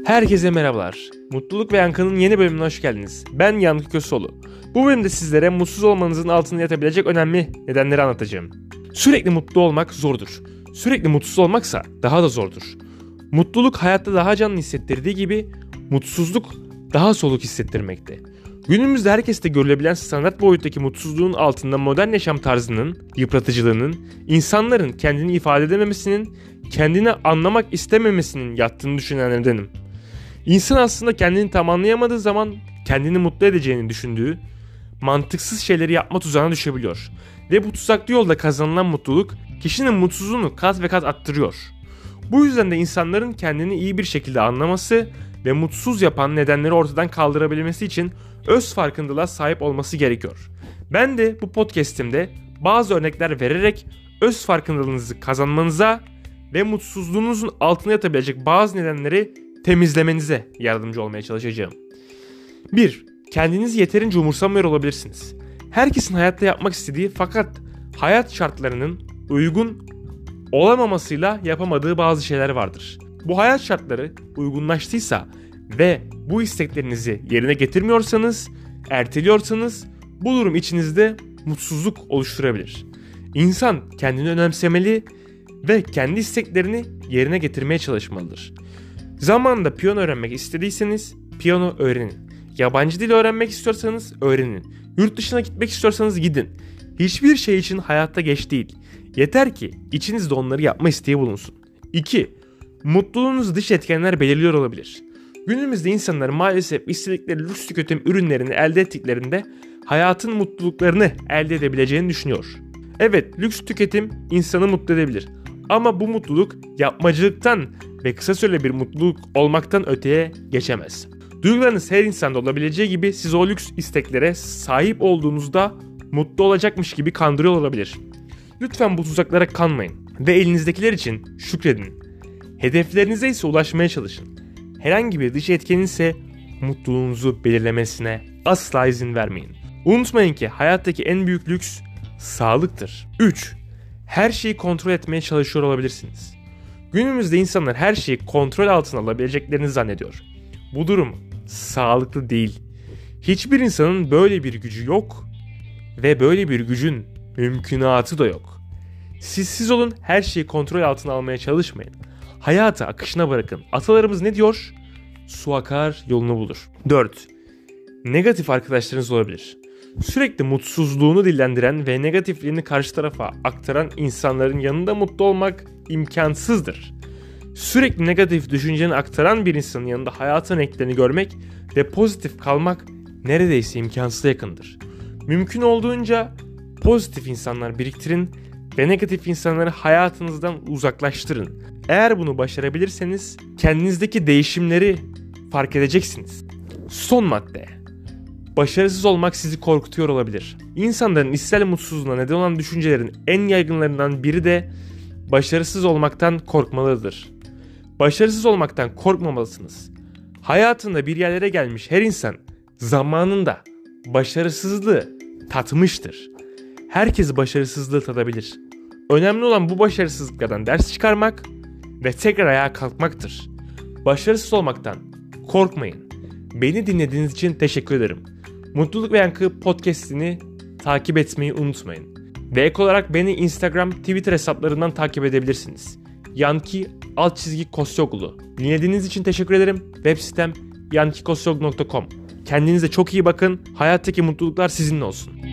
Herkese merhabalar. Mutluluk ve Yankı'nın yeni bölümüne hoş geldiniz. Ben Yankı Köseoğlu. Bu bölümde sizlere mutsuz olmanızın altında yatabilecek önemli nedenleri anlatacağım. Sürekli mutlu olmak zordur. Sürekli mutsuz olmaksa daha da zordur. Mutluluk hayatta daha canlı hissettirdiği gibi mutsuzluk daha soluk hissettirmekte. Günümüzde herkeste görülebilen standart boyuttaki mutsuzluğun altında modern yaşam tarzının, yıpratıcılığının, insanların kendini ifade edememesinin, kendini anlamak istememesinin yattığını düşünenlerdenim. İnsan aslında kendini tam anlayamadığı zaman kendini mutlu edeceğini düşündüğü mantıksız şeyleri yapma tuzağına düşebiliyor. Ve bu tuzaklı yolda kazanılan mutluluk kişinin mutsuzluğunu kat ve kat arttırıyor. Bu yüzden de insanların kendini iyi bir şekilde anlaması ve mutsuz yapan nedenleri ortadan kaldırabilmesi için öz farkındalığa sahip olması gerekiyor. Ben de bu podcast'imde bazı örnekler vererek öz farkındalığınızı kazanmanıza ve mutsuzluğunuzun altına yatabilecek bazı nedenleri temizlemenize yardımcı olmaya çalışacağım. 1. Kendinizi yeterince umursamıyor olabilirsiniz. Herkesin hayatta yapmak istediği fakat hayat şartlarının uygun olamamasıyla yapamadığı bazı şeyler vardır. Bu hayat şartları uygunlaştıysa ve bu isteklerinizi yerine getirmiyorsanız, erteliyorsanız bu durum içinizde mutsuzluk oluşturabilir. İnsan kendini önemsemeli ve kendi isteklerini yerine getirmeye çalışmalıdır. Zamanında piyano öğrenmek istediyseniz piyano öğrenin. Yabancı dil öğrenmek istiyorsanız öğrenin. Yurt dışına gitmek istiyorsanız gidin. Hiçbir şey için hayatta geç değil. Yeter ki içinizde onları yapma isteği bulunsun. 2. Mutluluğunuzu dış etkenler belirliyor olabilir. Günümüzde insanlar maalesef istedikleri lüks tüketim ürünlerini elde ettiklerinde hayatın mutluluklarını elde edebileceğini düşünüyor. Evet, lüks tüketim insanı mutlu edebilir. Ama bu mutluluk yapmacılıktan ve kısa süreli bir mutluluk olmaktan öteye geçemez. Duygularınız her insanda olabileceği gibi siz o lüks isteklere sahip olduğunuzda mutlu olacakmış gibi kandırıyor olabilir. Lütfen bu tuzaklara kanmayın ve elinizdekiler için şükredin. Hedeflerinize ise ulaşmaya çalışın. Herhangi bir dış etkenin ise mutluluğunuzu belirlemesine asla izin vermeyin. Unutmayın ki hayattaki en büyük lüks sağlıktır. 3. Her şeyi kontrol etmeye çalışıyor olabilirsiniz. Günümüzde insanlar her şeyi kontrol altına alabileceklerini zannediyor. Bu durum sağlıklı değil. Hiçbir insanın böyle bir gücü yok ve böyle bir gücün mümkünatı da yok. Siz olun, her şeyi kontrol altına almaya çalışmayın. Hayatı akışına bırakın. Atalarımız ne diyor? Su akar yolunu bulur. 4. Negatif arkadaşlarınız olabilir. Sürekli mutsuzluğunu dillendiren ve negatifliğini karşı tarafa aktaran insanların yanında mutlu olmak imkansızdır. Sürekli negatif düşünceni aktaran bir insanın yanında hayatın renklerini görmek ve pozitif kalmak neredeyse imkansıza yakındır. Mümkün olduğunca pozitif insanlar biriktirin ve negatif insanları hayatınızdan uzaklaştırın. Eğer bunu başarabilirseniz kendinizdeki değişimleri fark edeceksiniz. Son madde. Başarısız olmak sizi korkutuyor olabilir. İnsanların içsel mutsuzluğuna neden olan düşüncelerin en yaygınlarından biri de başarısız olmaktan korkmalarıdır. Başarısız olmaktan korkmamalısınız. Hayatında bir yerlere gelmiş her insan zamanında başarısızlığı tatmıştır. Herkes başarısızlığı tadabilir. Önemli olan bu başarısızlıklardan ders çıkarmak ve tekrar ayağa kalkmaktır. Başarısız olmaktan korkmayın. Beni dinlediğiniz için teşekkür ederim. Mutluluk ve Yankı podcast'ini takip etmeyi unutmayın. Ve ek olarak beni Instagram, Twitter hesaplarından takip edebilirsiniz. Yanki_Kosyoglu. Dinlediğiniz için teşekkür ederim. Web sitem yankikosyoglu.com. Kendinize çok iyi bakın. Hayattaki mutluluklar sizinle olsun.